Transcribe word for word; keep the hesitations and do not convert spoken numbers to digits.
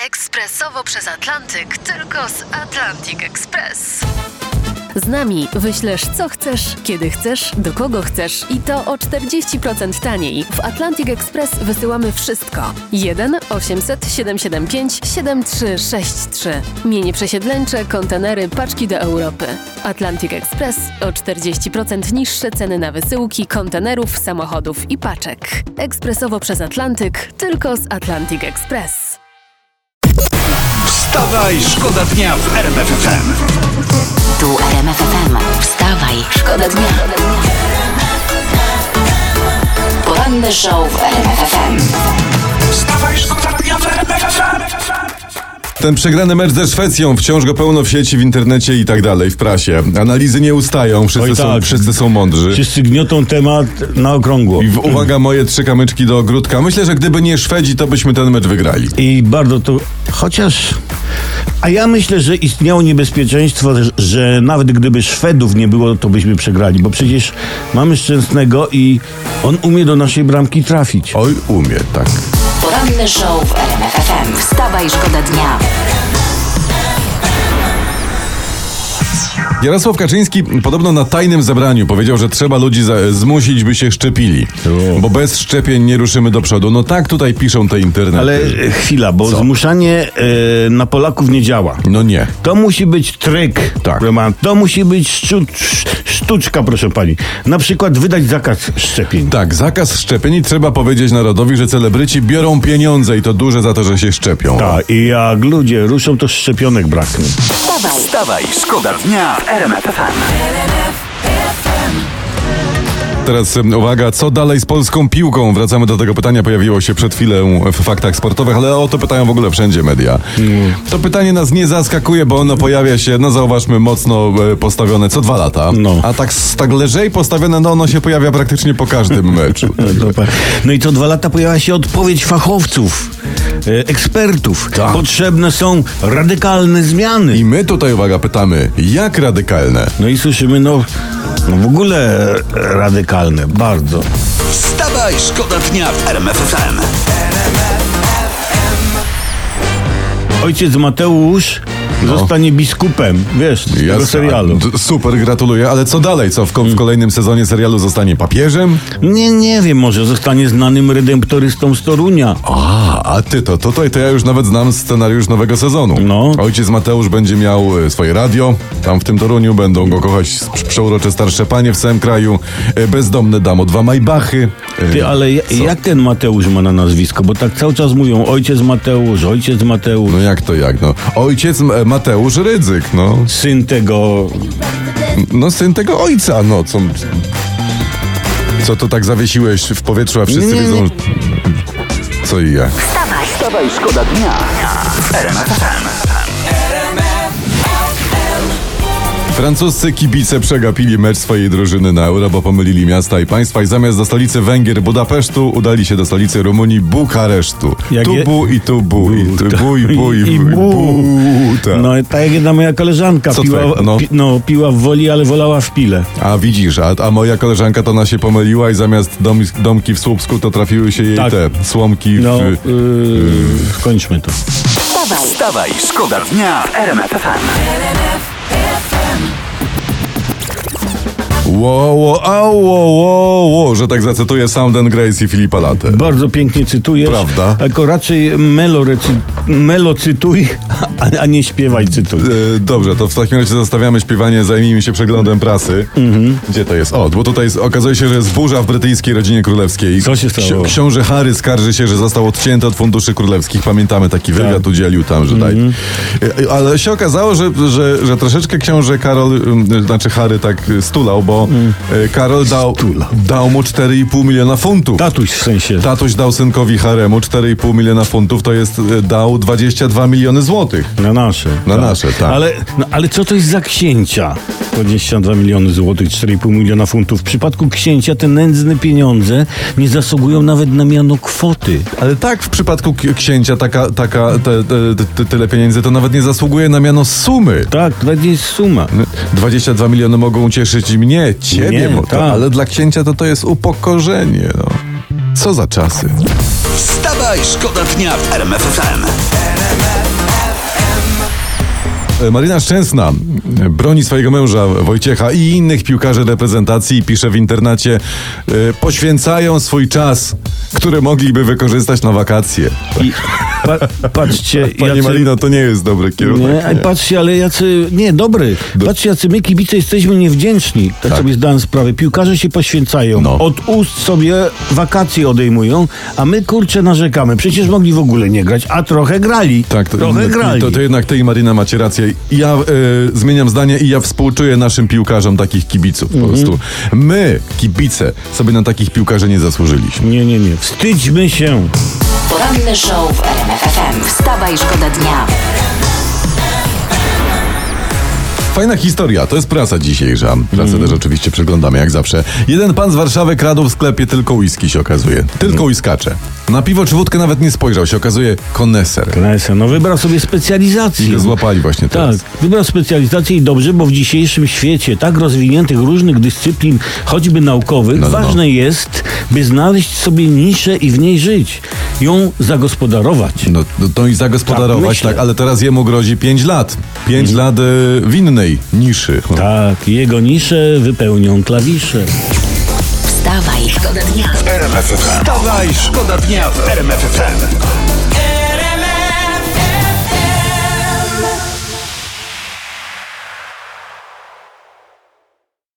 Ekspresowo przez Atlantyk, tylko z Atlantic Express. Z nami wyślesz co chcesz, kiedy chcesz, do kogo chcesz i to o czterdzieści procent taniej. W Atlantic Express wysyłamy wszystko. jeden osiemset siedemset siedemdziesiąt pięć siedemdziesiąt trzy sześćdziesiąt trzy. Mienie przesiedleńcze, kontenery, paczki do Europy. Atlantic Express o czterdzieści procent niższe ceny na wysyłki, kontenerów, samochodów i paczek. Ekspresowo przez Atlantyk, tylko z Atlantic Express. Wstawaj, szkoda dnia w R M F F M. Tu R M F F M. Wstawaj, szkoda dnia. Poranny show w R M F F M. Wstawaj, szkoda dnia w R M F F M. Ten przegrany mecz ze Szwecją, wciąż go pełno w sieci, w internecie i tak dalej, w prasie. Analizy nie ustają, wszyscy, Oj, są, tak. wszyscy są mądrzy. Wszyscy gniotą temat na okrągło. I w, uwaga, moje trzy kamyczki do ogródka. Myślę, że gdyby nie Szwedzi, to byśmy ten mecz wygrali. I bardzo to... Chociaż... A ja myślę, że istniało niebezpieczeństwo, że, że nawet gdyby Szwedów nie było, to byśmy przegrali. Bo przecież mamy Szczęsnego i on umie do naszej bramki trafić. Oj, umie, tak. Poranny show w R M F F M. Wstawaj, szkoda dnia. Jarosław Kaczyński podobno na tajnym zebraniu powiedział, że trzeba ludzi za- zmusić, by się szczepili. O. Bo bez szczepień nie ruszymy do przodu. No tak tutaj piszą te internety. Ale e, chwila, bo Co? zmuszanie e, na Polaków nie działa. No nie. To musi być tryk. Tak. proszę pana. To musi być sztu, sztuczka, proszę pani. Na przykład wydać zakaz szczepień. Tak, zakaz szczepień i trzeba powiedzieć narodowi, że celebryci biorą pieniądze i to duże za to, że się szczepią. Tak, i jak ludzie ruszą, to szczepionek braknie. Wstawaj, Wstawaj, szkoda dnia w R M F F M. Teraz em, uwaga, co dalej z polską piłką? Wracamy do tego pytania, pojawiło się przed chwilą w faktach sportowych, ale o to pytają w ogóle wszędzie media. Mm. To pytanie nas nie zaskakuje, bo ono pojawia się, no zauważmy, mocno e, postawione co dwa lata. No. A tak, s- tak lżej postawione, no ono się pojawia praktycznie po każdym meczu. No i co dwa lata pojawia się odpowiedź fachowców, e, ekspertów. Tak. Potrzebne są radykalne zmiany. I my tutaj, uwaga, pytamy, jak radykalne? No i słyszymy, no, no w ogóle e, radykalne, bardzo. Wstawaj, szkoda dnia w R M F F M. Ojciec Mateusz zostanie biskupem, wiesz, z tego Jasne. serialu. D- Super, gratuluję, ale co dalej? Co, w, ko- w kolejnym sezonie serialu zostanie papieżem? Nie, nie wiem, może zostanie znanym redemptorystą z Torunia. A, a ty to, tutaj to ja już nawet znam scenariusz nowego sezonu. No. Ojciec Mateusz będzie miał e, swoje radio, tam w tym Toruniu będą go kochać s- przeurocze starsze panie w całym kraju, e, bezdomne damo, dwa Maybachy. E, Ty, ale ja, jak ten Mateusz ma na nazwisko? Bo tak cały czas mówią ojciec Mateusz, ojciec Mateusz. No jak to jak, no? Ojciec M- Mateusz Rydzyk, no. Syn tego... No syn tego ojca, no. Co, co to tak zawiesiłeś w powietrzu, a wszyscy Nie, nie. wiedzą... Co i jak? Wstawaj, szkoda dnia w R M F F M. Francuscy kibice przegapili mecz swojej drużyny na Euro, bo pomylili miasta i państwa i zamiast do stolicy Węgier, Budapesztu, udali się do stolicy Rumunii, Bukaresztu. Jak tu je- bu i tu bu, i tu bu i bu i, I bu, i bu. bu. Tak. No i tak jak jedna moja koleżanka Co piła, twoja- no? pi, no, piła w Woli, ale wolała w Pile. A widzisz, a, a moja koleżanka to ona się pomyliła i zamiast dom, domki w Słupsku, to trafiły się jej Tak. te słomki w... No, yy, skończmy to. wstawaj, Wstawaj, szkoda dnia w R M F F M. Ło, ło, au, ło, ło, ło, że tak zacytuję Sound and Grace i Filipa Latę. Bardzo pięknie cytujesz. Prawda. Tylko raczej melo, recy, melo cytuj, a, a nie śpiewaj cytuj. E, Dobrze, to w takim razie zostawiamy śpiewanie, zajmijmy się przeglądem prasy. Mhm. Gdzie to jest? O, bo tutaj jest, okazuje się, że jest burza w brytyjskiej rodzinie królewskiej. Co się stało? Ksi- książę Harry skarży się, że został odcięty od funduszy królewskich. Pamiętamy taki wywiad, Tak. udzielił tam, że daj. E, Ale się okazało, że, że, że troszeczkę książę Karol, ym, znaczy Harry tak y, stulał, bo y, Karol dał, dał mu cztery i pół miliona funtów. Tatuś w sensie. Tatuś dał synkowi Haremu cztery i pół miliona funtów, to jest, y, dał dwadzieścia dwa miliony złotych. Na nasze. Na nasze, tak. Ale, no, ale co to jest za księcia? dwadzieścia dwa miliony złotych, cztery i pół miliona funtów. W przypadku księcia te nędzne pieniądze nie zasługują nawet na miano kwoty. Ale tak, w przypadku k- księcia taka, taka, te, te, te, tyle pieniędzy to nawet nie zasługuje na miano sumy. Tak, to jest suma. dwadzieścia dwa miliony mogą cieszyć mnie, ciebie, Nie, bo to, tak. ale dla księcia to to jest upokorzenie. No. Co za czasy. Wstawaj, szkoda dnia w R M F F M. Marina Szczęsna broni swojego męża Wojciecha i innych piłkarzy reprezentacji i pisze w internecie: e, poświęcają swój czas, który mogliby wykorzystać na wakacje. I pa, patrzcie, Pani jacy, Marino, to nie jest dobry kierunek. nie, a patrzcie, ale jacy, nie, dobry. Patrzcie, jacy my kibice jesteśmy niewdzięczni. Tak, Tak. sobie zdałem sprawę. Piłkarze się poświęcają. No. Od ust sobie wakacje odejmują, a my, kurczę, narzekamy. Przecież mogli w ogóle nie grać, a trochę grali. Tak, to, trochę to, grali. to, to jednak ty i Marina macie rację. Ja e, zmieniam zdanie i ja współczuję naszym piłkarzom takich kibiców po Mhm. prostu. My, kibice, sobie na takich piłkarzy nie zasłużyliśmy. Nie, nie, nie. Wstydźmy się. Poranny show w R M F F M. Wstawaj, szkoda dnia. Fajna historia, to jest prasa dzisiejsza. Prasę też oczywiście przeglądamy, jak zawsze. Jeden pan z Warszawy kradł w sklepie tylko whisky, się okazuje. Tylko whiskacze. Na piwo czy wódkę nawet nie spojrzał, się okazuje koneser. Knesa, no wybrał sobie specjalizację. I go złapali właśnie teraz. Tak, wybrał specjalizację i dobrze, bo w dzisiejszym świecie tak rozwiniętych różnych dyscyplin, choćby naukowych, No, no, no. ważne jest, by znaleźć sobie niszę i w niej żyć. Ją zagospodarować. No, no to i zagospodarować, Tak, myślę. tak, ale teraz jemu grozi pięć lat. pięć lat e, w innej niszy. Tak, jego nisze wypełnią klawisze. Wstawaj, szkoda dnia. Wstawaj, szkoda dnia w R M F F M.